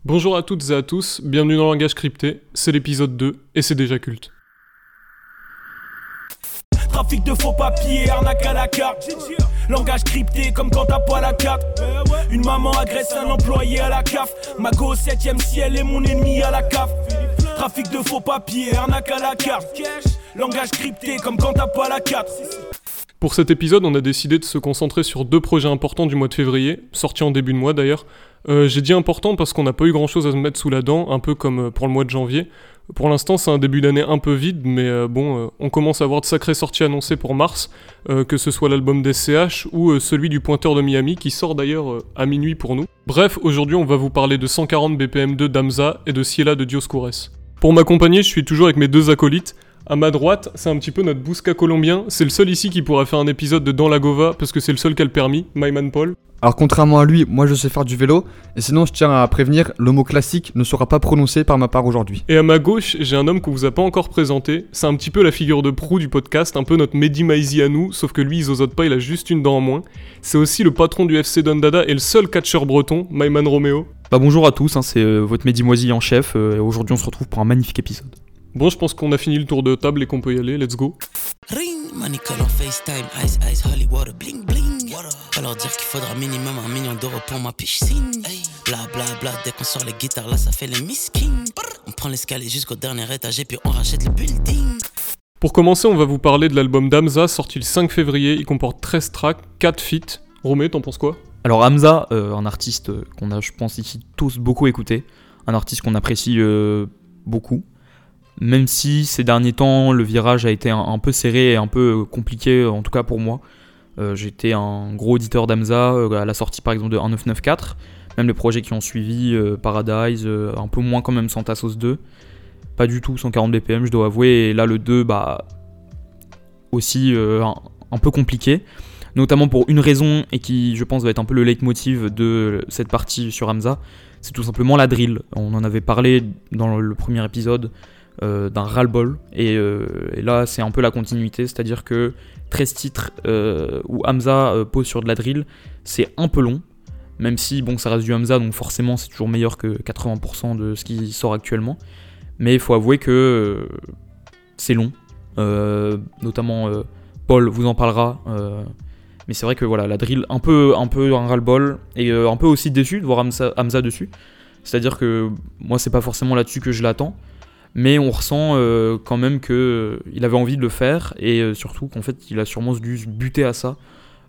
Bonjour à toutes et à tous, bienvenue dans Langage Crypté, c'est l'épisode 2 et c'est déjà culte. Trafic de faux papiers, arnaque à la carte. Langage crypté comme quand t'as pas la carte. Une maman agresse un employé à la CAF. Ma go au 7ème ciel et mon ennemi à la CAF. Trafic de faux papiers, arnaque à la carte. Langage crypté comme quand t'as pas la carte. Pour cet épisode, on a décidé de se concentrer sur deux projets importants du mois de février, sortis en début de mois d'ailleurs. J'ai dit important parce qu'on n'a pas eu grand chose à se mettre sous la dent, un peu comme pour le mois de janvier. Pour l'instant, c'est un début d'année un peu vide, mais on commence à avoir de sacrées sorties annoncées pour mars, que ce soit l'album des CH ou celui du Pointeur de Miami, qui sort d'ailleurs à minuit pour nous. Bref, aujourd'hui, on va vous parler de 140 BPM2 d'Hamza et de Ciela de Dioscures. Pour m'accompagner, je suis toujours avec mes deux acolytes. À ma droite, c'est un petit peu notre Bousca colombien, c'est le seul ici qui pourra faire un épisode de Dans la Gova, parce que c'est le seul qui a le permis, My Man Paul. Alors contrairement à lui, moi je sais faire du vélo, et sinon je tiens à prévenir, le mot classique ne sera pas prononcé par ma part aujourd'hui. Et à ma gauche, j'ai un homme qu'on vous a pas encore présenté, c'est un petit peu la figure de proue du podcast, un peu notre Mehdi Maizi à nous, sauf que lui il zozote pas, il a juste une dent en moins. C'est aussi le patron du FC Dondada et le seul catcheur breton, My Man Roméo. Bonjour à tous, c'est votre Mehdi Maizi en chef, et aujourd'hui on se retrouve pour un magnifique épisode. Bon, je pense qu'on a fini le tour de table et qu'on peut y aller, let's go. Ring, money call en FaceTime, ice, ice, holy water, bling, bling. Va leur dire qu'il faudra minimum 1 million d'euros pour ma piscine. Bla bla bla, dès qu'on sort les guitares là, ça fait les miskins. On prend l'escalier jusqu'au dernier étage et puis on rachète le building. Pour commencer, on va vous parler de l'album d'Hamza, sorti le 5 février. Il comporte 13 tracks, 4 feats. Romé, t'en penses quoi ? Alors Hamza, un artiste qu'on a, je pense, ici tous beaucoup écouté. Un artiste qu'on apprécie beaucoup. Même si ces derniers temps, le virage a été un peu serré et un peu compliqué, en tout cas pour moi. J'étais un gros auditeur d'Hamza à la sortie par exemple de 1994. Même les projets qui ont suivi, Paradise, un peu moins quand même Santa Sauce 2. Pas du tout 140 BPM, je dois avouer. Et là le 2, aussi un peu compliqué. Notamment pour une raison, et qui je pense va être un peu le leitmotiv de cette partie sur Hamza. C'est tout simplement la drill. On en avait parlé dans le premier épisode. D'un ras-le-bol et là c'est un peu la continuité, c'est-à-dire que 13 titres où Hamza pose sur de la drill, c'est un peu long, même si bon ça reste du Hamza donc forcément c'est toujours meilleur que 80% de ce qui sort actuellement, mais il faut avouer que c'est long, notamment Paul vous en parlera, mais c'est vrai que voilà, la drill un peu un ras-le-bol et un peu aussi déçu de voir Hamza dessus, c'est-à-dire que moi c'est pas forcément là-dessus que je l'attends. Mais on ressent quand même qu'il avait envie de le faire et surtout qu'en fait il a sûrement dû se buter à ça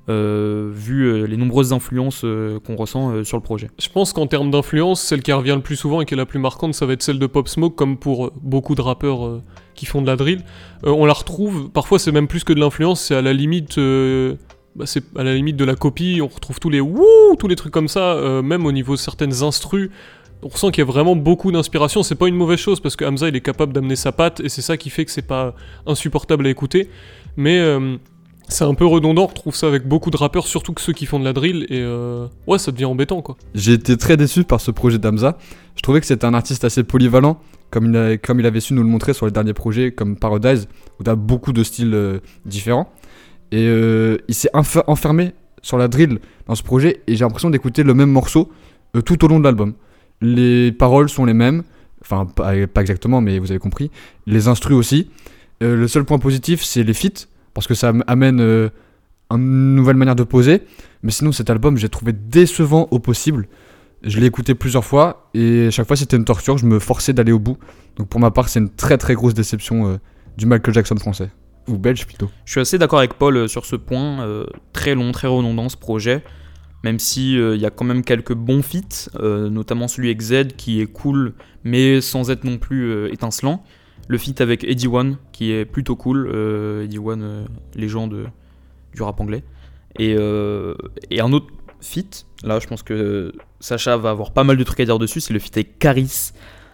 vu les nombreuses influences qu'on ressent sur le projet. Je pense qu'en termes d'influence, celle qui revient le plus souvent et qui est la plus marquante, ça va être celle de Pop Smoke, comme pour beaucoup de rappeurs qui font de la drill. On la retrouve, parfois c'est même plus que de l'influence, c'est à la limite... c'est à la limite de la copie, on retrouve tous les wouh, tous les trucs comme ça, même au niveau de certaines instrus. On ressent qu'il y a vraiment beaucoup d'inspiration, c'est pas une mauvaise chose parce que Hamza il est capable d'amener sa patte et c'est ça qui fait que c'est pas insupportable à écouter, mais c'est un peu redondant, on retrouve ça avec beaucoup de rappeurs, surtout que ceux qui font de la drill et ouais ça devient embêtant quoi. J'ai été très déçu par ce projet d'Hamza, je trouvais que c'était un artiste assez polyvalent, comme il avait su nous le montrer sur les derniers projets comme Paradise, où t'as beaucoup de styles différents, et il s'est enfermé sur la drill dans ce projet et j'ai l'impression d'écouter le même morceau tout au long de l'album. Les paroles sont les mêmes, enfin pas exactement mais vous avez compris, les instrus aussi. Le seul point positif c'est les feats, parce que ça amène une nouvelle manière de poser, mais sinon cet album j'ai trouvé décevant au possible. Je l'ai écouté plusieurs fois et à chaque fois c'était une torture, je me forçais d'aller au bout. Donc pour ma part c'est une très très grosse déception du Michael Jackson français, ou belge plutôt. Je suis assez d'accord avec Paul sur ce point, très long, très redondant ce projet. Même si y a quand même quelques bons feats, notamment celui avec Z qui est cool, mais sans être non plus étincelant. Le feat avec Eddie One qui est plutôt cool, Eddie One, légende du rap anglais. Et un autre feat, là je pense que Sacha va avoir pas mal de trucs à dire dessus, c'est le feat avec Caris.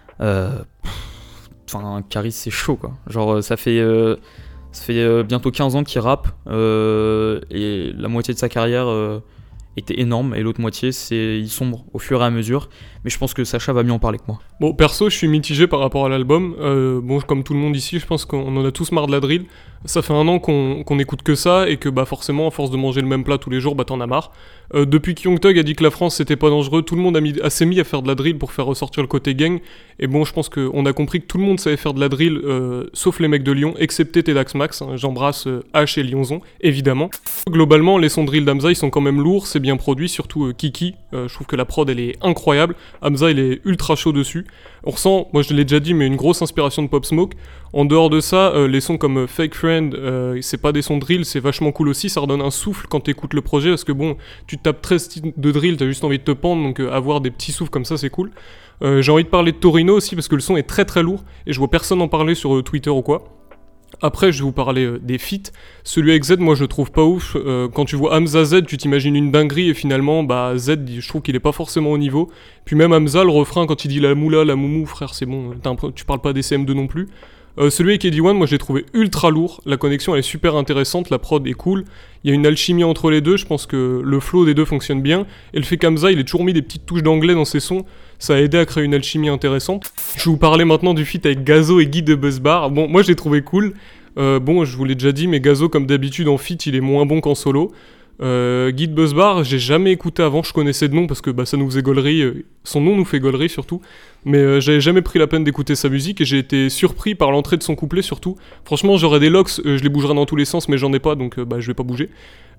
Caris c'est chaud quoi, genre ça fait bientôt 15 ans qu'il rappe, et la moitié de sa carrière... était énorme et l'autre moitié il sombre au fur et à mesure, mais je pense que Sacha va mieux en parler que moi. Bon, perso, je suis mitigé par rapport à l'album. Bon, comme tout le monde ici, je pense qu'on en a tous marre de la drill. Ça fait 1 an qu'on écoute que ça et que bah forcément, à force de manger le même plat tous les jours, bah t'en as marre. Depuis que Young Thug a dit que la France c'était pas dangereux, tout le monde s'est mis à faire de la drill pour faire ressortir le côté gang. Et bon, je pense qu'on a compris que tout le monde savait faire de la drill, sauf les mecs de Lyon, excepté Tedax Max. Hein, j'embrasse H et Lyonzon, évidemment. Globalement, les sons de drill d'Hamza, ils sont quand même lourds, c'est bien produit, surtout Kiki. Je trouve que la prod, elle est incroyable. Hamza, il est ultra chaud dessus. On ressent, moi je l'ai déjà dit, mais une grosse inspiration de Pop Smoke. En dehors de ça, les sons comme Fake Friend, c'est pas des sons de drill, c'est vachement cool aussi. Ça redonne un souffle quand t'écoutes le projet, parce que bon, tu tapes 13 styles de drill, t'as juste envie de te pendre, donc avoir des petits souffles comme ça, c'est cool. J'ai envie de parler de Torino aussi, parce que le son est très très lourd, et je vois personne en parler sur Twitter ou quoi. Après, je vais vous parler des feats. Celui avec Z, moi je le trouve pas ouf. Quand tu vois Hamza Z, tu t'imagines une dinguerie et finalement, bah Z, je trouve qu'il est pas forcément au niveau. Puis même Hamza, le refrain, quand il dit la moula, la moumou, frère, c'est bon, tu parles pas des CM2 non plus. Celui avec Eddie One, moi je l'ai trouvé ultra lourd. La connexion elle est super intéressante, la prod est cool. Il y a une alchimie entre les deux, je pense que le flow des deux fonctionne bien. Et le fait qu'Hamza il ait toujours mis des petites touches d'anglais dans ses sons, ça a aidé à créer une alchimie intéressante. Je vais vous parler maintenant du feat avec Gazo et Guy de Buzzbar. Bon, moi je l'ai trouvé cool. Bon, je vous l'ai déjà dit, mais Gazo comme d'habitude en feat il est moins bon qu'en solo. Guy de Buzzbar, j'ai jamais écouté avant, je connaissais de nom parce que bah, ça nous faisait gaulerie, son nom nous fait gaulerie surtout, mais j'avais jamais pris la peine d'écouter sa musique et j'ai été surpris par l'entrée de son couplet surtout. Franchement, j'aurais des locks, je les bougerais dans tous les sens, mais j'en ai pas donc bah, je vais pas bouger.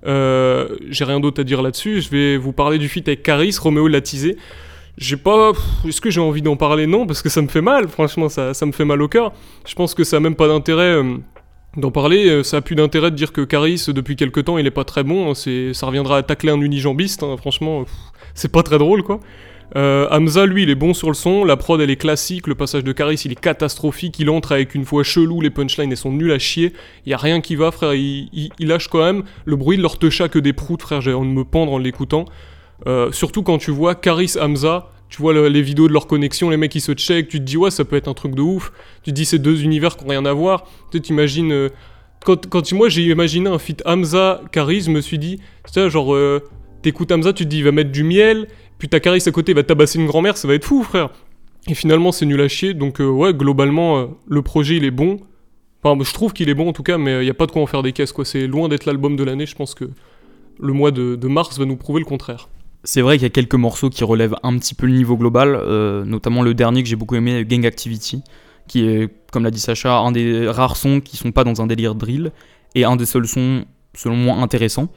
J'ai rien d'autre à dire là-dessus, je vais vous parler du feat avec Caris, Roméo l'a teasé. J'ai pas. Est-ce que j'ai envie d'en parler? Non, parce que ça me fait mal, franchement, ça me fait mal au cœur. Je pense que ça a même pas d'intérêt. D'en parler, ça a plus d'intérêt de dire que Caris, depuis quelques temps, il est pas très bon, ça reviendra à tacler un unijambiste, hein, franchement, c'est pas très drôle, quoi. Hamza, lui, il est bon sur le son, la prod, elle est classique, le passage de Caris, il est catastrophique, il entre avec une voix chelou, les punchlines, elles sont nulles à chier, y a rien qui va, frère, il lâche quand même, le bruit de l'ortecha que des proutes, frère, j'ai envie de me pendre en l'écoutant. Surtout quand tu vois Caris, Hamza, tu vois les vidéos de leur connexion, les mecs qui se check, tu te dis ouais ça peut être un truc de ouf, tu te dis c'est deux univers qui ont rien à voir, tu t'imagines, moi j'ai imaginé un feat Hamza, Caris, je me suis dit, tu sais genre t'écoutes Hamza, tu te dis il va mettre du miel, puis t'as Caris à côté, il va tabasser une grand-mère, ça va être fou frère, et finalement c'est nul à chier, donc ouais globalement le projet il est bon, enfin je trouve qu'il est bon en tout cas, mais y a pas de quoi en faire des caisses quoi, c'est loin d'être l'album de l'année, je pense que le mois de mars va nous prouver le contraire. C'est vrai qu'il y a quelques morceaux qui relèvent un petit peu le niveau global, notamment le dernier que j'ai beaucoup aimé, Gang Activity, qui est, comme l'a dit Sacha, un des rares sons qui sont pas dans un délire drill, et un des seuls sons, selon moi, intéressants.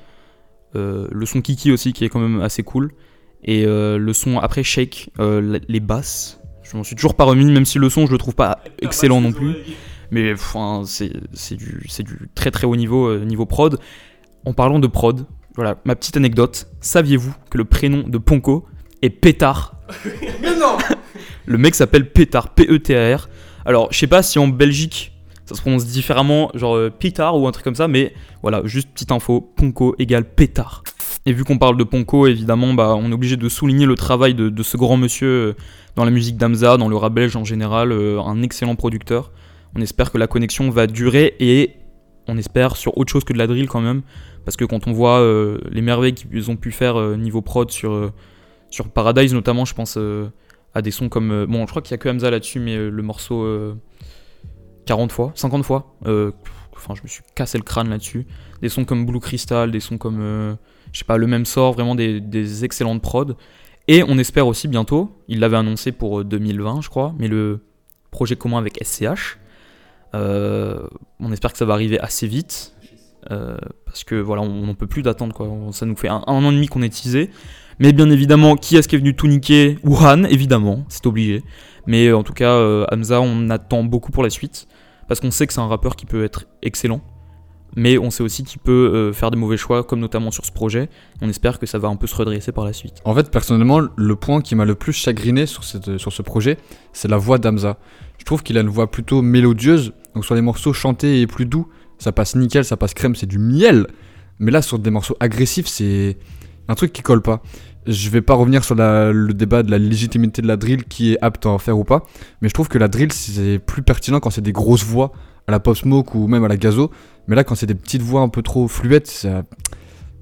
Le son Kiki aussi, qui est quand même assez cool, et le son après Shake, les basses, je m'en suis toujours pas remis, même si le son je le trouve pas excellent non plus, mais enfin, c'est du très très haut niveau, niveau prod. En parlant de prod, voilà, ma petite anecdote. Saviez-vous que le prénom de Ponko est Pétard? Mais non. Le mec s'appelle Pétard, P-E-T-A-R. Alors, je sais pas si en Belgique, ça se prononce différemment, genre Pétard ou un truc comme ça, mais voilà, juste petite info, Ponko égale Pétard. Et vu qu'on parle de Ponko, évidemment, bah, on est obligé de souligner le travail de ce grand monsieur dans la musique d'Hamza, dans le rap belge en général, un excellent producteur. On espère que la connexion va durer et on espère sur autre chose que de la drill quand même. Parce que quand on voit les merveilles qu'ils ont pu faire niveau prod sur Paradise notamment, je pense à des sons comme... bon, je crois qu'il n'y a que Hamza là-dessus, mais le morceau 40 fois, 50 fois, enfin je me suis cassé le crâne là-dessus. Des sons comme Blue Crystal, des sons comme, je sais pas, Le Même Sort, vraiment des excellentes prods. Et on espère aussi bientôt, il l'avait annoncé pour 2020 je crois, mais le projet commun avec SCH, on espère que ça va arriver assez vite. Parce que voilà, on n'en peut plus d'attendre quoi. Ça nous fait un an et demi qu'on est teasé. Mais bien évidemment, qui est-ce qui est venu tout niquer? Wuhan, évidemment, c'est obligé. Mais en tout cas, Hamza, on attend beaucoup pour la suite. Parce qu'on sait que c'est un rappeur qui peut être excellent. Mais on sait aussi qu'il peut faire des mauvais choix, comme notamment sur ce projet. On espère que ça va un peu se redresser par la suite. En fait, personnellement, le point qui m'a le plus chagriné sur ce projet, c'est la voix d'Hamza. Je trouve qu'il a une voix plutôt mélodieuse. Donc sur les morceaux chantés et plus doux, ça passe nickel, ça passe crème, c'est du miel. Mais là, sur des morceaux agressifs, c'est un truc qui colle pas. Je vais pas revenir sur le débat de la légitimité de la drill, qui est apte à en faire ou pas. Mais je trouve que la drill, c'est plus pertinent quand c'est des grosses voix, à la Pop Smoke ou même à la Gazo. Mais là, quand c'est des petites voix un peu trop fluettes,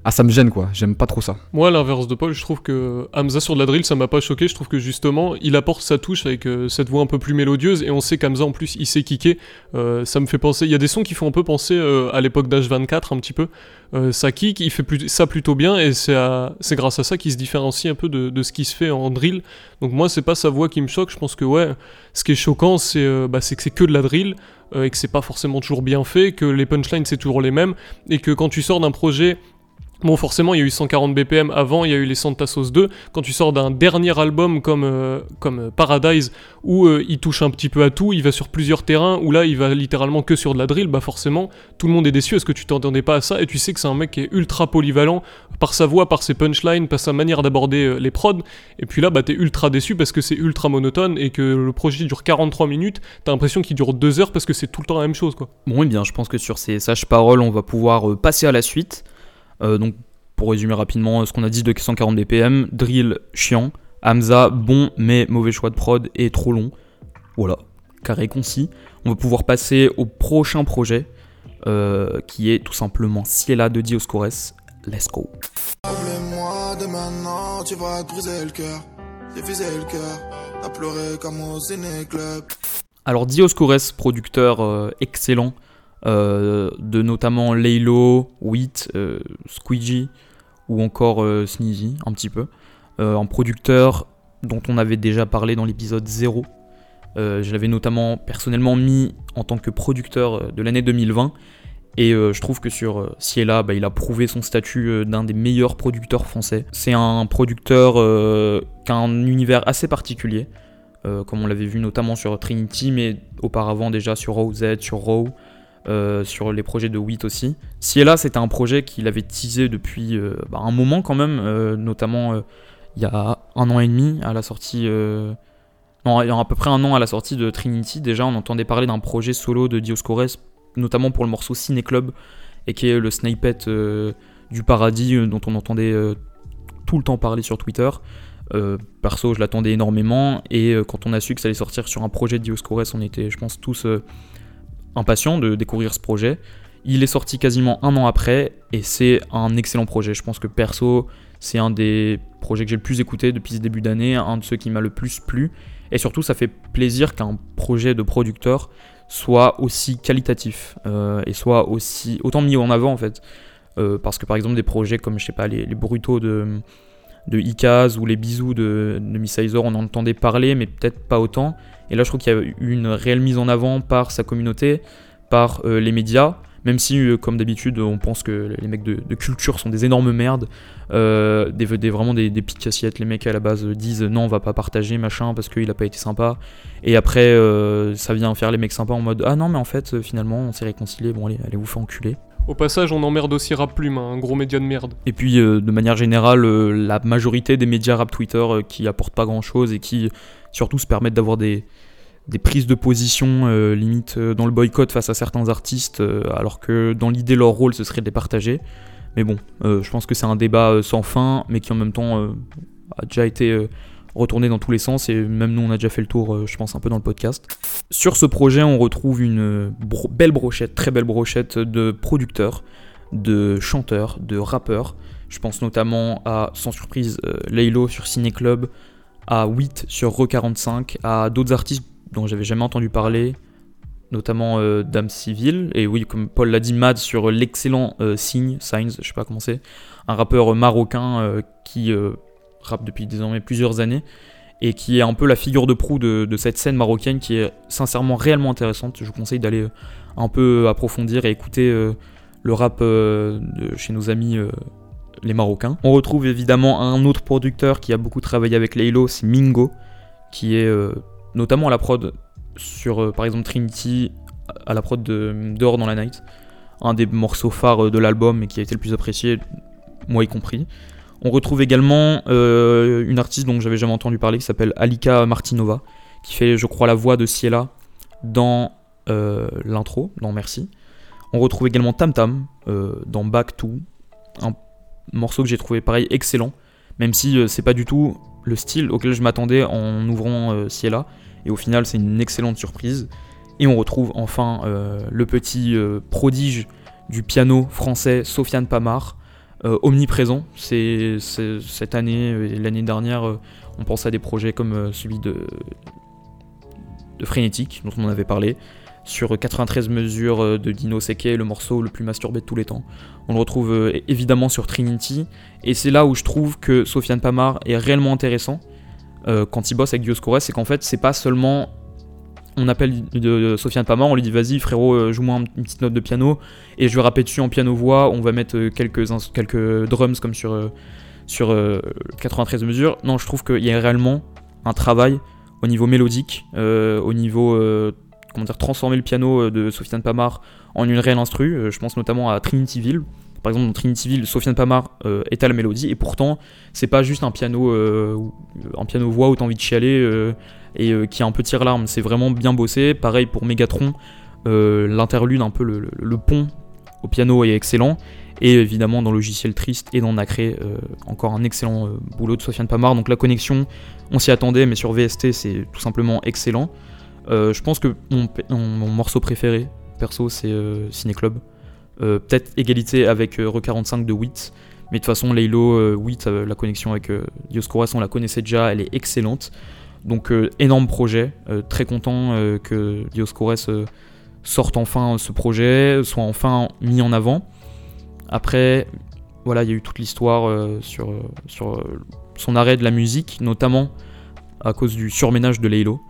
ça me gêne quoi, j'aime pas trop ça. Moi, à l'inverse de Paul, je trouve que Hamza sur de la drill, ça m'a pas choqué. Je trouve que justement, il apporte sa touche avec cette voix un peu plus mélodieuse, et on sait qu'Hamza en plus, il sait kicker. Ça me fait penser, il y a des sons qui font un peu penser à l'époque d'H24 un petit peu. Ça kick, il fait ça plutôt bien, et c'est grâce à ça qu'il se différencie un peu de ce qui se fait en drill. Donc moi, c'est pas sa voix qui me choque. Je pense que ouais, ce qui est choquant, c'est que c'est que de la drill. Et que c'est pas forcément toujours bien fait, que les punchlines c'est toujours les mêmes, et que quand tu sors d'un projet, bon forcément il y a eu 140 BPM avant, il y a eu les Santa Sauce 2, quand tu sors d'un dernier album comme Paradise, où il touche un petit peu à tout, il va sur plusieurs terrains, où là il va littéralement que sur de la drill, bah forcément tout le monde est déçu, est-ce que tu t'entendais pas à ça, et tu sais que c'est un mec qui est ultra polyvalent, par sa voix, par ses punchlines, par sa manière d'aborder les prods, et puis là bah t'es ultra déçu parce que c'est ultra monotone, et que le projet dure 43 minutes, t'as l'impression qu'il dure 2 heures parce que c'est tout le temps la même chose quoi. Bon, et bien, je pense que sur ces sages paroles, on va pouvoir passer à la suite. Donc, pour résumer rapidement ce qu'on a dit de 140 BPM, drill chiant, Hamza bon mais mauvais choix de prod et trop long. Voilà, carré concis. On va pouvoir passer au prochain projet qui est tout simplement Ciela de Dioscores. Let's go. Appelez-moi de maintenant, tu vas te briser le cœur. J'ai visé le cœur, à pleurer comme au ciné-club. Alors Dioscores, producteur excellent de notamment Laylo, Wheat, Squeegee ou encore Sneezy un petit peu. Un producteur dont on avait déjà parlé dans l'épisode 0. Je l'avais notamment personnellement mis en tant que producteur de l'année 2020. Et je trouve que sur Ciela, il a prouvé son statut d'un des meilleurs producteurs français. C'est un producteur qui a un univers assez particulier, comme on l'avait vu notamment sur Trinity, mais auparavant déjà sur Raw Z, sur Raw, sur les projets de Wheat aussi. Ciela, c'était un projet qu'il avait teasé depuis un moment quand même, notamment il y a 1 an et demi à la sortie... Non, il y a à peu près 1 an à la sortie de Trinity, déjà on entendait parler d'un projet solo de Dioscores, notamment pour le morceau Ciné Club, et qui est le snippet du paradis dont on entendait tout le temps parler sur Twitter. Perso, je l'attendais énormément, et quand on a su que ça allait sortir sur un projet de Dioscores, on était, je pense, tous impatients de découvrir ce projet. Il est sorti quasiment 1 an après, et c'est un excellent projet. Je pense que perso, c'est un des projets que j'ai le plus écouté depuis ce début d'année, un de ceux qui m'a le plus plu, et surtout ça fait plaisir qu'un projet de producteur soit aussi qualitatif et soit aussi autant mis en avant en fait, parce que par exemple des projets comme je sais pas les brutaux de Ikaz ou les bisous de Miss Izor, on en entendait parler mais peut-être pas autant, et là je trouve qu'il y a eu une réelle mise en avant par sa communauté, par les médias, même si comme d'habitude on pense que les mecs de culture sont des énormes merdes, vraiment des piques assiettes. Les mecs à la base disent non, on va pas partager machin parce qu'il a pas été sympa, et après ça vient faire les mecs sympas en mode ah non mais en fait finalement on s'est réconciliés, bon allez vous faire enculer. Au passage, on emmerde aussi Rap Plume, un gros média de merde. Et puis de manière générale, la majorité des médias rap Twitter qui apportent pas grand chose et qui surtout se permettent d'avoir des prises de position limite dans le boycott face à certains artistes, alors que dans l'idée leur rôle ce serait de les partager. Mais bon, je pense que c'est un débat sans fin, mais qui en même temps a déjà été retourné dans tous les sens, et même nous on a déjà fait le tour, je pense un peu dans le podcast. Sur ce projet on retrouve une très belle brochette de producteurs, de chanteurs, de rappeurs. Je pense notamment à, sans surprise, Laylo sur Ciné Club, à Wheat sur Re45, à d'autres artistes dont j'avais jamais entendu parler, notamment Dame Civile, et oui, comme Paul l'a dit, Mad sur l'excellent Signs, je sais pas comment c'est, un rappeur marocain qui rappe depuis désormais plusieurs années, et qui est un peu la figure de proue de cette scène marocaine qui est sincèrement réellement intéressante. Je vous conseille d'aller un peu approfondir et écouter le rap de chez nos amis les Marocains. On retrouve évidemment un autre producteur qui a beaucoup travaillé avec Laylo, c'est Mingo, qui est notamment à la prod sur par exemple Trinity, à la prod de Dehors dans la Night, un des morceaux phares de l'album et qui a été le plus apprécié, moi y compris. On retrouve également une artiste dont j'avais jamais entendu parler qui s'appelle Alika Martinova, qui fait je crois la voix de Ciela dans l'intro, dans Merci. On retrouve également Tam Tam dans Back 2, un morceau que j'ai trouvé pareil excellent, même si c'est pas du tout le style auquel je m'attendais en ouvrant Ciela, et au final c'est une excellente surprise. Et on retrouve enfin le petit prodige du piano français Sofiane Pamar, omniprésent. Cette année et l'année dernière, on pense à des projets comme celui de Frénétique, dont on avait parlé, sur 93 mesures de Dino Seke, le morceau le plus masturbé de tous les temps. On le retrouve évidemment sur Trinity, et c'est là où je trouve que Sofiane Pamart est réellement intéressant quand il bosse avec Dioscorès, c'est qu'en fait c'est pas seulement on appelle de Sofiane Pamart, on lui dit vas-y frérot joue-moi une petite note de piano et je vais rapper dessus en piano-voix, on va mettre quelques drums comme sur 93 mesures. Non, je trouve qu'il y a réellement un travail au niveau mélodique, au niveau transformer le piano de Sofiane Pamart en une réelle instru. Je pense notamment à Trinityville. Par exemple, dans Trinityville, Sofiane Pamart est à la mélodie, et pourtant, c'est pas juste un piano-voix où t'as envie de chialer qui a un peu tire-larme. C'est vraiment bien bossé. Pareil pour Megatron, l'interlude, un peu le pont au piano est excellent. Et évidemment, dans Logiciel Triste et dans Nacré, encore un excellent boulot de Sofiane Pamart. Donc la connexion, on s'y attendait, mais sur VST, c'est tout simplement excellent. Je pense que mon morceau préféré, perso, c'est Ciné Club. Peut-être égalité avec Re45 de Witt, mais de toute façon Laylo, Witt, la connexion avec Dioscorès, on la connaissait déjà, elle est excellente. Donc énorme projet, très content que Dioscorès sorte enfin ce projet, soit enfin mis en avant. Après, voilà, il y a eu toute l'histoire sur son arrêt de la musique, notamment à cause du surménage de Laylo.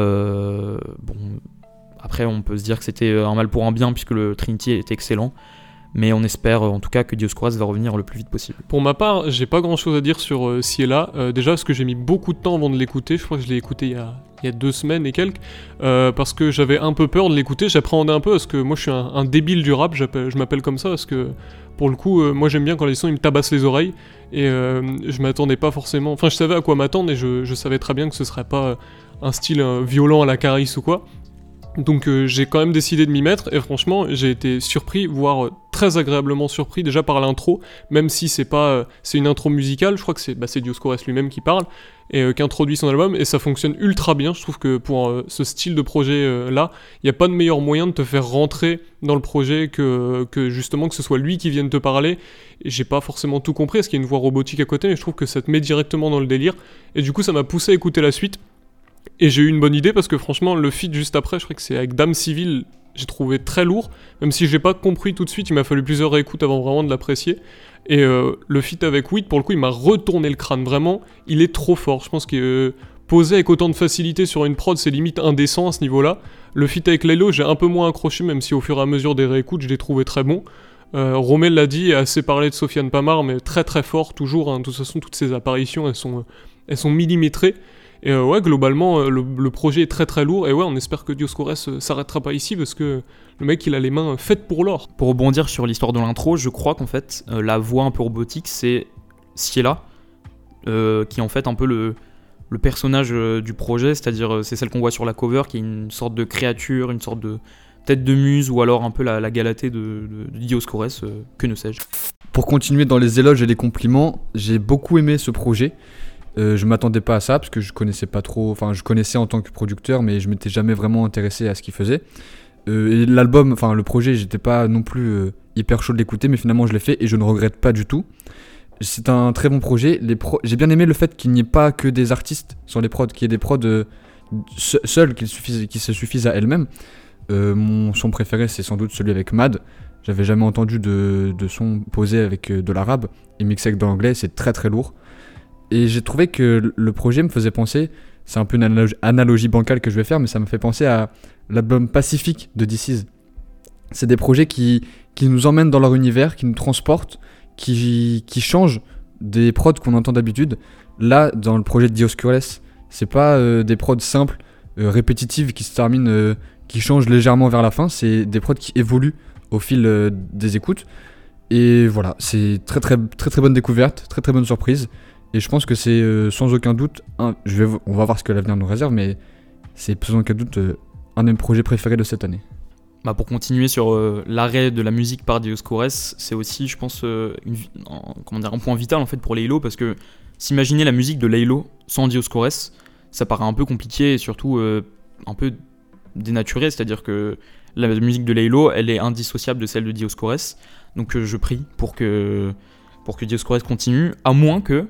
Après, on peut se dire que c'était un mal pour un bien puisque le Trinity était excellent, mais on espère en tout cas que Dioscorès va revenir le plus vite possible. Pour ma part, j'ai pas grand chose à dire sur Ciela. Déjà parce que j'ai mis beaucoup de temps avant de l'écouter. Je crois que je l'ai écouté il y a 2 semaines et quelques, parce que j'avais un peu peur de l'écouter. J'appréhendais un peu parce que moi je suis un débile du rap, je m'appelle comme ça parce que pour le coup, moi j'aime bien quand les sons ils me tabassent les oreilles, et je m'attendais pas forcément. Enfin, je savais à quoi m'attendre et je savais très bien que ce serait pas un style violent à la Caris ou quoi. Donc j'ai quand même décidé de m'y mettre, et franchement j'ai été surpris, voire très agréablement surpris déjà par l'intro, même si c'est une intro musicale. Je crois que c'est Dioscorès lui-même qui parle et qui introduit son album, et ça fonctionne ultra bien. Je trouve que pour ce style de projet là, il n'y a pas de meilleur moyen de te faire rentrer dans le projet que justement que ce soit lui qui vienne te parler. Et j'ai pas forcément tout compris parce qu'il y a une voix robotique à côté, mais je trouve que ça te met directement dans le délire, et du coup ça m'a poussé à écouter la suite. Et j'ai eu une bonne idée parce que franchement, le feat juste après, je crois que c'est avec Dame Civile, j'ai trouvé très lourd. Même si j'ai pas compris tout de suite, il m'a fallu plusieurs réécoutes avant vraiment de l'apprécier. Et le feat avec Witt, pour le coup, il m'a retourné le crâne, vraiment. Il est trop fort. Je pense que poser avec autant de facilité sur une prod, c'est limite indécent à ce niveau-là. Le feat avec Laylo, j'ai un peu moins accroché, même si au fur et à mesure des réécoutes, je l'ai trouvé très bon. Rommel l'a dit, a assez parlé de Sofiane Pamart, mais très très fort toujours. Hein. De toute façon, toutes ses apparitions, elles sont millimétrées. Et ouais, globalement, le projet est très très lourd, et ouais, on espère que Dioscorès s'arrêtera pas ici, parce que le mec, il a les mains faites pour l'or. Pour rebondir sur l'histoire de l'intro, je crois qu'en fait, la voix un peu robotique, c'est Ciela, qui est en fait un peu le personnage du projet, c'est-à-dire c'est celle qu'on voit sur la cover, qui est une sorte de créature, une sorte de tête de muse, ou alors un peu la galatée de Dioscorès, que ne sais-je. Pour continuer dans les éloges et les compliments, j'ai beaucoup aimé ce projet. Je m'attendais pas à ça parce que je connaissais pas trop, enfin je connaissais en tant que producteur, mais je m'étais jamais vraiment intéressé à ce qu'il faisait. Et l'album, enfin le projet, j'étais pas non plus hyper chaud de l'écouter, mais finalement je l'ai fait et je ne regrette pas du tout. C'est un très bon projet. J'ai bien aimé le fait qu'il n'y ait pas que des artistes sur les prods, qu'il y ait des prods seuls qui se suffisent à elles-mêmes. Mon son préféré, c'est sans doute celui avec Mad. J'avais jamais entendu de son posé avec de l'arabe et mixé avec de l'anglais, c'est très très lourd. Et j'ai trouvé que le projet me faisait penser, c'est un peu une analogie bancale que je vais faire, mais ça me fait penser à l'album Pacifique de DC's. C'est des projets qui nous emmènent dans leur univers, qui nous transportent, qui changent des prods qu'on entend d'habitude. Là, dans le projet de Dioscorès, c'est pas des prods simples, répétitives, qui se terminent, qui changent légèrement vers la fin. C'est des prods qui évoluent au fil des écoutes. Et voilà, c'est très très très très bonne découverte, très très bonne surprise. Et je pense que c'est sans aucun doute, on va voir ce que l'avenir nous réserve, mais c'est sans aucun doute un de mes projets préférés de cette année. Bah pour continuer sur l'arrêt de la musique par Dioscorès, c'est aussi, je pense, un point vital en fait pour Laylo, parce que s'imaginer la musique de Laylo sans Dioscorès, ça paraît un peu compliqué et surtout un peu dénaturé, c'est-à-dire que la musique de Laylo, elle est indissociable de celle de Dioscorès, donc je prie pour que pour que Dioscores continue, à moins que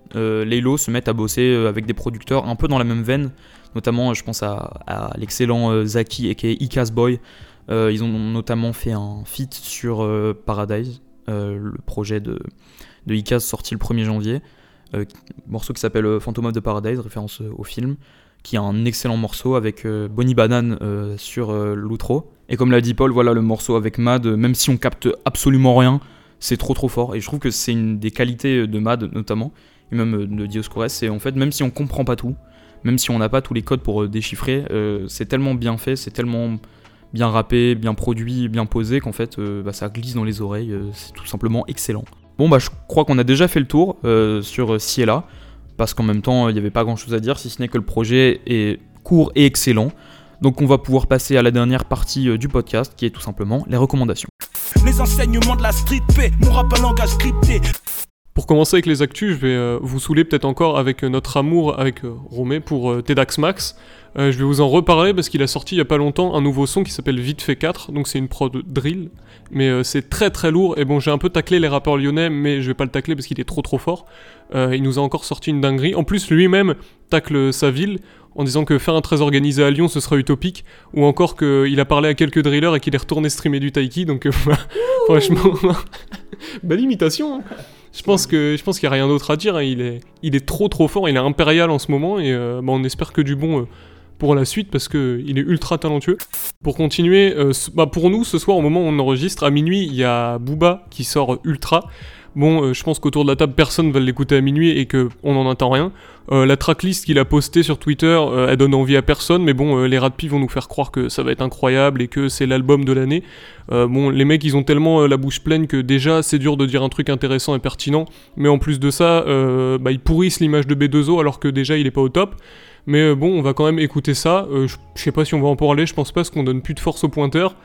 Laylo se mette à bosser avec des producteurs un peu dans la même veine, notamment je pense à l'excellent Zaki aka Icaz Boy. Ils ont notamment fait un feat sur Paradise, le projet de Icaz sorti le 1er janvier, morceau qui s'appelle Phantom of the Paradise, référence au film, qui est un excellent morceau avec Bonnie Banane sur l'outro. Et comme l'a dit Paul, voilà, le morceau avec Mad, même si on capte absolument rien, c'est trop fort. Et je trouve que c'est une des qualités de Mad notamment, et même de Dioscores, c'est en fait, même si on comprend pas tout, même si on n'a pas tous les codes pour déchiffrer, c'est tellement bien fait, c'est tellement bien rappé, bien produit, bien posé, qu'en fait ça glisse dans les oreilles, c'est tout simplement excellent. Bon je crois qu'on a déjà fait le tour sur Ciela, parce qu'en même temps il n'y avait pas grand chose à dire, si ce n'est que le projet est court et excellent. Donc on va pouvoir passer à la dernière partie du podcast, qui est tout simplement les recommandations. Les enseignements de la street paix, mon rap un langage scripté. Pour commencer avec les actus, je vais vous saouler peut-être encore avec notre amour avec Romé pour Tedax Max. Je vais vous en reparler parce qu'il a sorti il y a pas longtemps un nouveau son qui s'appelle Vite fait 4, donc c'est une prod drill, mais c'est très lourd, et bon j'ai un peu taclé les rappeurs lyonnais, mais je vais pas le tacler parce qu'il est trop fort. Il nous a encore sorti une dinguerie, en plus lui-même tacle sa ville, en disant que faire un 13 organisé à Lyon ce sera utopique, ou encore qu'il a parlé à quelques drillers et qu'il est retourné streamer du taiki, donc franchement, belle imitation hein. Je pense qu'il n'y a rien d'autre à dire, hein. Il est trop fort, il est impérial en ce moment, et on espère que du bon pour la suite, parce qu'il est ultra talentueux. Pour continuer, pour nous, ce soir, au moment où on enregistre, à minuit, il y a Booba qui sort Ultra. Bon, je pense qu'autour de la table, personne va l'écouter à minuit et qu'on n'en entend rien. La tracklist qu'il a postée sur Twitter, elle donne envie à personne, mais bon, les Ratpi vont nous faire croire que ça va être incroyable et que c'est l'album de l'année. Les mecs, ils ont tellement la bouche pleine que déjà, c'est dur de dire un truc intéressant et pertinent, mais en plus de ça, ils pourrissent l'image de B2O alors que déjà, il est pas au top. Mais on va quand même écouter ça. Je sais pas si on va en parler, je pense pas, parce qu'on donne plus de force au pointeur.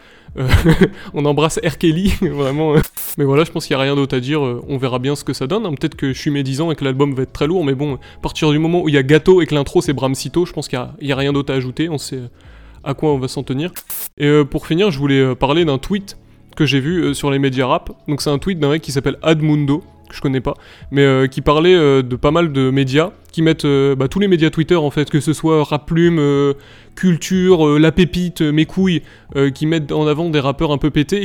On embrasse R. Kelly, vraiment. Mais voilà, je pense qu'il y a rien d'autre à dire. On verra bien ce que ça donne. Hein. Peut-être que je suis médisant et que l'album va être très lourd, mais bon, à partir du moment où il y a Gâteau et que l'intro c'est Bramsito, je pense qu'il y a rien d'autre à ajouter. On sait à quoi on va s'en tenir. Et pour finir, je voulais parler d'un tweet que j'ai vu sur les médias rap. Donc c'est un tweet d'un mec qui s'appelle Admundo, que je connais pas, mais qui parlait de pas mal de médias, qui mettent tous les médias Twitter en fait, que ce soit Rap Plume, Culture, La Pépite, Mes Couilles, qui mettent en avant des rappeurs un peu pétés.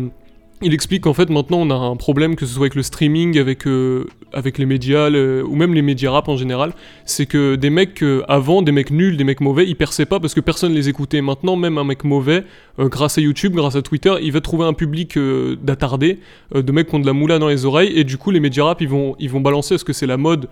Il explique qu'en fait maintenant on a un problème, que ce soit avec le streaming, avec les médias, ou même les médias rap en général, c'est que des mecs avant, des mecs nuls, des mecs mauvais, ils perçaient pas parce que personne les écoutait. Maintenant même un mec mauvais, grâce à YouTube, grâce à Twitter, il va trouver un public d'attardés, de mecs qui ont de la moula dans les oreilles, et du coup les médias rap ils vont balancer parce que c'est la mode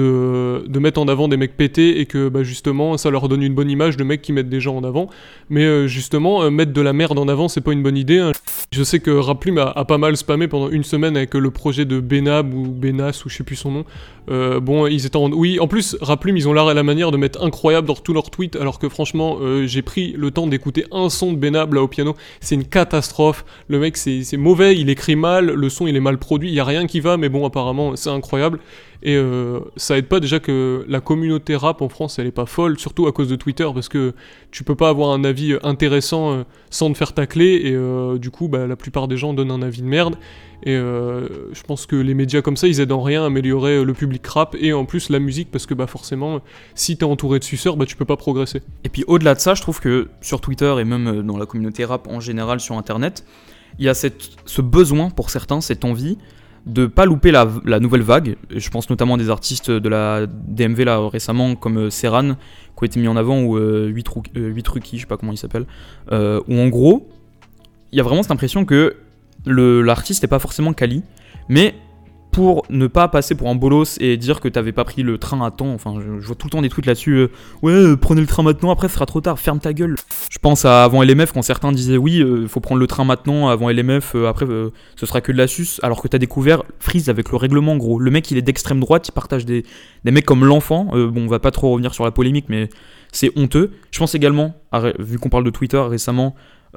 de mettre en avant des mecs pétés, et que justement ça leur donne une bonne image de mecs qui mettent des gens en avant. Mais justement mettre de la merde en avant, c'est pas une bonne idée hein. Je sais que Rap Plume a pas mal spammé pendant une semaine avec le projet de Benab ou Benas ou je sais plus son nom. Ils étaient oui, en plus Rap Plume, ils ont l'art et la manière de mettre incroyable dans tous leurs tweets, alors que franchement j'ai pris le temps d'écouter un son de Benab là au piano, c'est une catastrophe. Le mec c'est mauvais, il écrit mal, le son il est mal produit, il y a rien qui va, mais bon apparemment c'est incroyable. Et ça aide pas déjà que la communauté rap en France elle est pas folle, surtout à cause de Twitter, parce que tu peux pas avoir un avis intéressant sans te faire tacler, et du coup la plupart des gens donnent un avis de merde. Et je pense que les médias comme ça ils aident en rien à améliorer le public rap et en plus la musique, parce que forcément si t'es entouré de suceurs tu peux pas progresser. Et puis au-delà de ça, je trouve que sur Twitter et même dans la communauté rap en général sur internet, il y a ce besoin pour certains, cette envie de pas louper la nouvelle vague. Je pense notamment à des artistes de la DMV là récemment comme Serran qui ont été mis en avant, ou 8 Rookie, je sais pas comment il s'appelle, où en gros il y a vraiment cette impression que l'artiste n'est pas forcément quali, mais pour ne pas passer pour un bolos et dire que t'avais pas pris le train à temps, enfin je vois tout le temps des tweets là-dessus, prenez le train maintenant, après ce sera trop tard, ferme ta gueule. Je pense à avant LMF quand certains disaient oui, faut prendre le train maintenant, avant LMF, après ce sera que de la suce, alors que t'as découvert Freeze avec le règlement gros. Le mec il est d'extrême droite, il partage des mecs comme l'enfant, on va pas trop revenir sur la polémique mais c'est honteux. Je pense également, vu qu'on parle de Twitter récemment,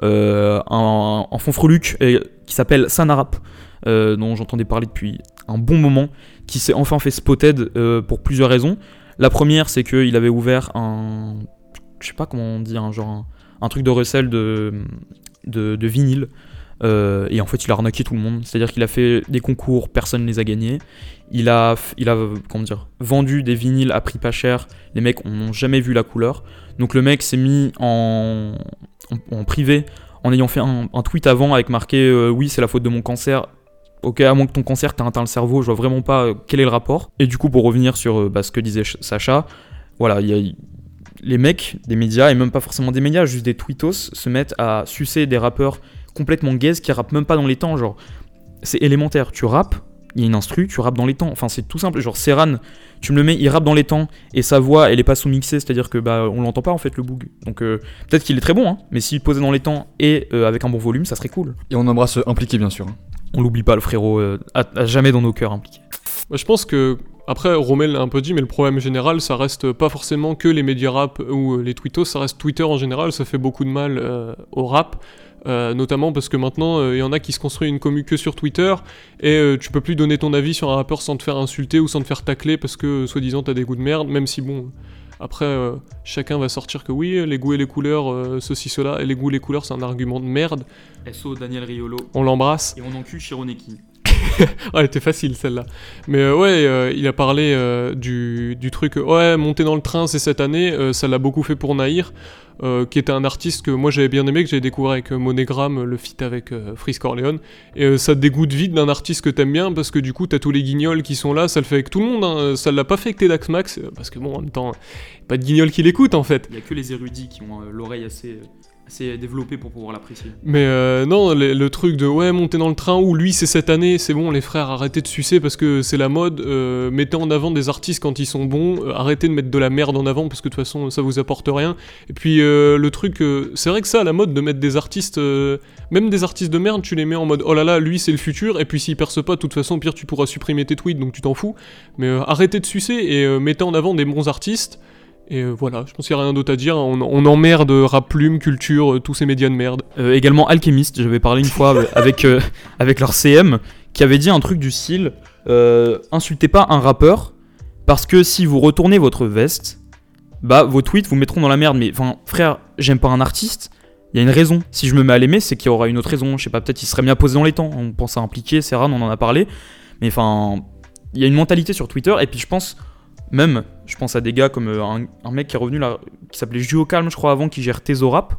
un fanfreluc qui s'appelle Sanarap, dont j'entendais parler depuis un bon moment, qui s'est enfin fait spotted pour plusieurs raisons. La première, c'est qu'il avait ouvert je sais pas comment on dit, un truc de resell de vinyle Et en fait, il a arnaqué tout le monde. C'est-à-dire qu'il a fait des concours, personne ne les a gagnés. Il a vendu des vinyles à prix pas cher. Les mecs n'ont jamais vu la couleur. Donc le mec s'est mis en privé en ayant fait un tweet avant avec marqué oui, c'est la faute de mon cancer. Ok, à moins que ton cancer t'ait atteint le cerveau, je vois vraiment pas quel est le rapport. Et du coup, pour revenir sur ce que disait Sacha, voilà, les mecs des médias, et même pas forcément des médias, juste des tweetos, se mettent à sucer des rappeurs complètement gaze qui rappent même pas dans les temps. Genre, c'est élémentaire, tu rappes, il y a une instru, tu rappes dans les temps. Enfin, c'est tout simple. Genre, Serran, tu me le mets, il rappe dans les temps et sa voix, elle est pas sous-mixée, c'est-à-dire que on l'entend pas en fait le boog. Donc, peut-être qu'il est très bon, hein, mais s'il posait dans les temps et avec un bon volume, ça serait cool. Et on embrasse Impliqué, bien sûr. On l'oublie pas, le frérot, à jamais dans nos cœurs Impliqué. Je pense que, après, Rommel l'a un peu dit, mais le problème général, ça reste pas forcément que les médias rap ou les tweetos, ça reste Twitter en général, ça fait beaucoup de mal au rap. Notamment parce que maintenant il y en a qui se construisent une commu que sur Twitter et tu peux plus donner ton avis sur un rappeur sans te faire insulter ou sans te faire tacler parce que soi-disant t'as des goûts de merde, même si bon après chacun va sortir que oui les goûts et les couleurs ceci cela, et les goûts et les couleurs c'est un argument de merde. SO Daniel Riolo, on l'embrasse et on encule Shironeki. Elle était facile celle-là. Mais il a parlé du truc monter dans le train c'est cette année, ça l'a beaucoup fait pour Nahir, qui était un artiste que moi j'avais bien aimé, que j'avais découvert avec Monogram, le feat avec Freeze Corleone, et ça te dégoûte vite d'un artiste que t'aimes bien parce que du coup t'as tous les guignols qui sont là, ça le fait avec tout le monde, hein. Ça l'a pas fait avec Tedax Max parce que bon en même temps pas de guignols qui l'écoutent en fait. Il y a que les érudits qui ont l'oreille assez développé pour pouvoir l'apprécier. Mais non, le truc de monter dans le train ou lui c'est cette année, c'est bon les frères, arrêtez de sucer parce que c'est la mode, mettez en avant des artistes quand ils sont bons, arrêtez de mettre de la merde en avant parce que de toute façon ça vous apporte rien. Et puis le truc, c'est vrai que ça, la mode de mettre des artistes, même des artistes de merde, tu les mets en mode oh là là, lui c'est le futur, et puis s'il perce pas, de toute façon, pire tu pourras supprimer tes tweets donc tu t'en fous. Mais arrêtez de sucer et mettez en avant des bons artistes. Et voilà, je pense qu'il n'y a rien d'autre à dire, on emmerde Rap Plume, Culture, tous ces médias de merde. Également Alchemist, j'avais parlé une fois avec leur CM, qui avait dit un truc du style insultez pas un rappeur, parce que si vous retournez votre veste, vos tweets vous mettront dans la merde. Mais enfin, frère, j'aime pas un artiste, il y a une raison. Si je me mets à l'aimer, c'est qu'il y aura une autre raison. Je sais pas, peut-être il serait bien posé dans les temps. On pense à Impliqué, Serran, on en a parlé. Mais enfin, il y a une mentalité sur Twitter, et puis je pense à des gars comme un mec qui est revenu là, qui s'appelait Juo Calme, je crois, avant, qui gère Tezorap,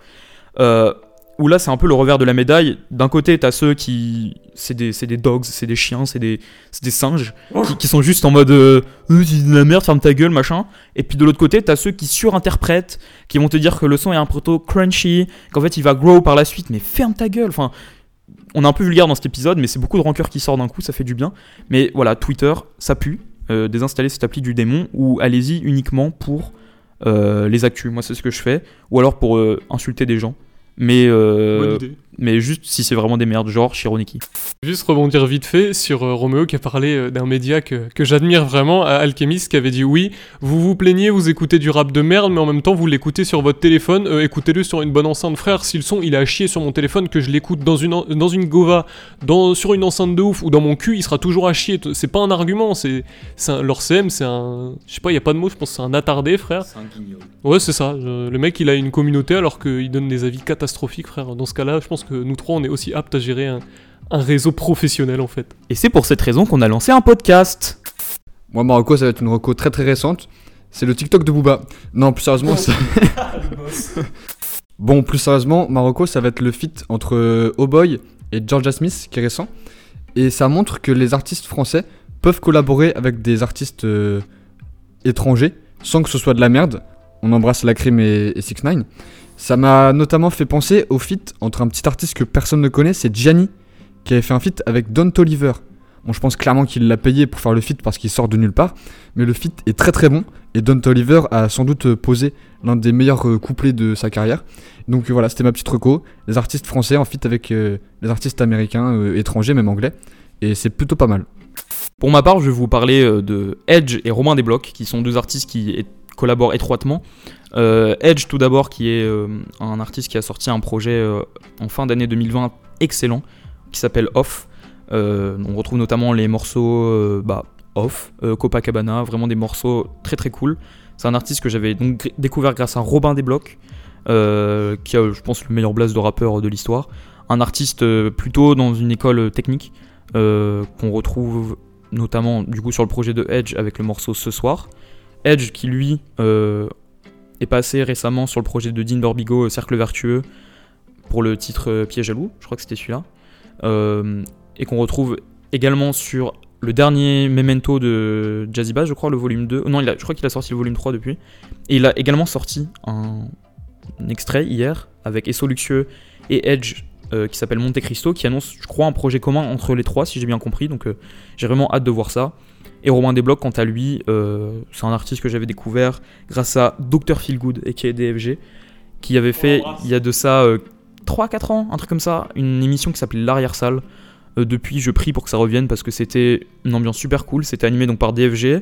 où là c'est un peu le revers de la médaille. D'un côté t'as ceux qui c'est des dogs, c'est des chiens, c'est des singes qui sont juste en mode c'est de la merde, ferme ta gueule, machin. Et puis de l'autre côté t'as ceux qui surinterprètent, qui vont te dire que le son est un proto crunchy, qu'en fait il va grow par la suite, mais ferme ta gueule. Enfin, on est un peu vulgaire dans cet épisode, mais c'est beaucoup de rancœur qui sort d'un coup, ça fait du bien. Mais voilà, Twitter ça pue. Désinstaller cette appli du démon, ou allez-y uniquement pour les actus. Moi c'est ce que je fais, ou alors pour insulter des gens, Bonne idée. Mais juste si c'est vraiment des merdes, genre Shironeki. Juste rebondir vite fait sur Roméo qui a parlé d'un média que j'admire vraiment, Alchemist, qui avait dit oui, vous vous plaignez, vous écoutez du rap de merde, mais en même temps vous l'écoutez sur votre téléphone, écoutez-le sur une bonne enceinte. Frère, si le son il a à chier sur mon téléphone, que je l'écoute dans une Gova, sur une enceinte de ouf, ou dans mon cul, il sera toujours à chier. C'est pas un argument, leur CM c'est un... Je sais pas, y a pas de mot, je pense que c'est un attardé, frère. C'est un guignol. Ouais, c'est ça, le mec il a une communauté alors qu'il donne des avis catastrophiques, frère. Dans ce cas-là, je pense que nous trois on est aussi aptes à gérer un réseau professionnel en fait. Et c'est pour cette raison qu'on a lancé un podcast. Moi, Marocco, ça va être une reco très très récente. C'est le TikTok de Booba. Non, plus sérieusement, Bon, plus sérieusement, Marocco, ça va être le feat entre Oh-Boy et Georgia Smith qui est récent. Et ça montre que les artistes français peuvent collaborer avec des artistes étrangers sans que ce soit de la merde. On embrasse Lacrim et 6ix9ine. Ça m'a notamment fait penser au feat entre un petit artiste que personne ne connaît, c'est Gianni, qui avait fait un feat avec Don Toliver. Bon, je pense clairement qu'il l'a payé pour faire le feat parce qu'il sort de nulle part, mais le feat est très très bon, et Don Toliver a sans doute posé l'un des meilleurs couplets de sa carrière. Donc voilà, c'était ma petite reco, les artistes français en feat avec les artistes américains, étrangers, même anglais, et c'est plutôt pas mal. Pour ma part, je vais vous parler de Edge et Romain Desblocs, qui sont deux artistes qui collaborent étroitement. Edge tout d'abord, qui est un artiste qui a sorti un projet en fin d'année 2020 excellent, qui s'appelle Off. On retrouve notamment les morceaux Off, Copacabana, vraiment des morceaux très très cool. C'est un artiste que j'avais donc découvert grâce à Robin Desblocs, qui a, je pense, le meilleur blast de rappeur de l'histoire. un artiste plutôt dans une école technique qu'on retrouve notamment du coup sur le projet de Edge avec le morceau Ce Soir. Edge qui lui est passé récemment sur le projet de Dean Burbigo, Cercle Vertueux, pour le titre Pied Jaloux, je crois que c'était celui-là, et qu'on retrouve également sur le dernier Memento de Jazzy Bass, je crois, le volume 2. Non, je crois qu'il a sorti le volume 3 depuis. Et il a également sorti un extrait hier avec Esso Luxueux et Edge qui s'appelle Monte Cristo, qui annonce, je crois, un projet commun entre les trois, si j'ai bien compris. Donc j'ai vraiment hâte de voir ça. Et Romain Desblocs, quant à lui, c'est un artiste que j'avais découvert grâce à Dr Feelgood, aka DFG, qui avait fait, il y a de ça 3-4 ans, un truc comme ça, une émission qui s'appelait L'Arrière-Salle. Depuis, je prie pour que ça revienne parce que c'était une ambiance super cool. C'était animé donc par DFG.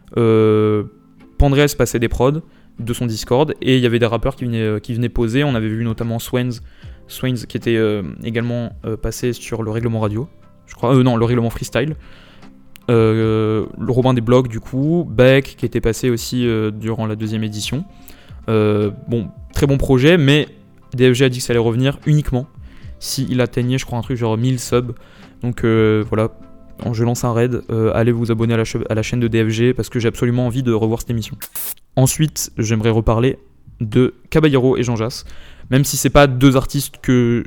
Pandrez passait des prods de son Discord et il y avait des rappeurs qui venaient poser. On avait vu notamment Swains qui était également passé sur le règlement radio, je crois. Non, le règlement freestyle. Le Robin Desblocs du coup, Beck qui était passé aussi durant la 2e édition. Bon, très bon projet, mais DFG a dit que ça allait revenir uniquement s'il atteignait, je crois, un truc genre 1000 subs. Donc voilà, je lance un raid, allez vous abonner à la chaîne de DFG parce que j'ai absolument envie de revoir cette émission. Ensuite, j'aimerais reparler de Caballero et Jean Jass, même si c'est pas deux artistes que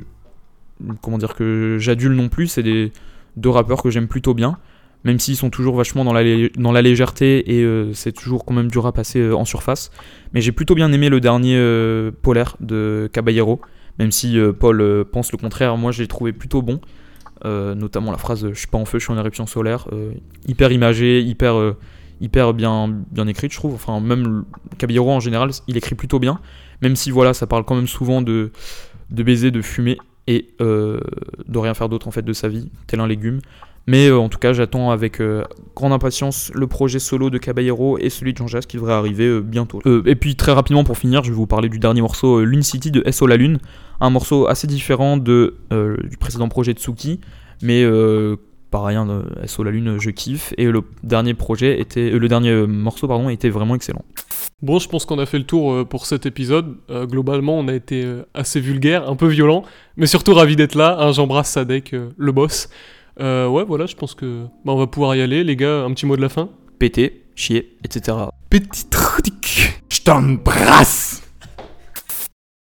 j'adule non plus, c'est deux rappeurs que j'aime plutôt bien, même s'ils sont toujours vachement dans la légèreté et c'est toujours quand même dur à passer en surface. Mais j'ai plutôt bien aimé le dernier Polaire de Caballero, même si Paul pense le contraire. Moi je l'ai trouvé plutôt bon, notamment la phrase « je suis pas en feu, je suis en éruption solaire », hyper imagée, hyper bien écrite je trouve. Enfin même Caballero en général il écrit plutôt bien, même si voilà ça parle quand même souvent de baiser, de fumer et de rien faire d'autre en fait de sa vie, tel un légume. Mais en tout cas j'attends avec grande impatience le projet solo de Caballero et celui de Jean Jass qui devrait arriver bientôt. Et puis très rapidement pour finir, je vais vous parler du dernier morceau Lune City de SO La Lune, un morceau assez différent du précédent projet de Tsuki, mais pareil, SO La Lune je kiffe, et le dernier morceau était vraiment excellent. Bon, je pense qu'on a fait le tour pour cet épisode. Globalement, on a été assez vulgaire, un peu violent, mais surtout ravi d'être là. J'embrasse Sadek, le boss. Ouais, voilà, je pense que on va pouvoir y aller. Les gars, un petit mot de la fin. Péter, chier, etc. Petit truc, je t'embrasse.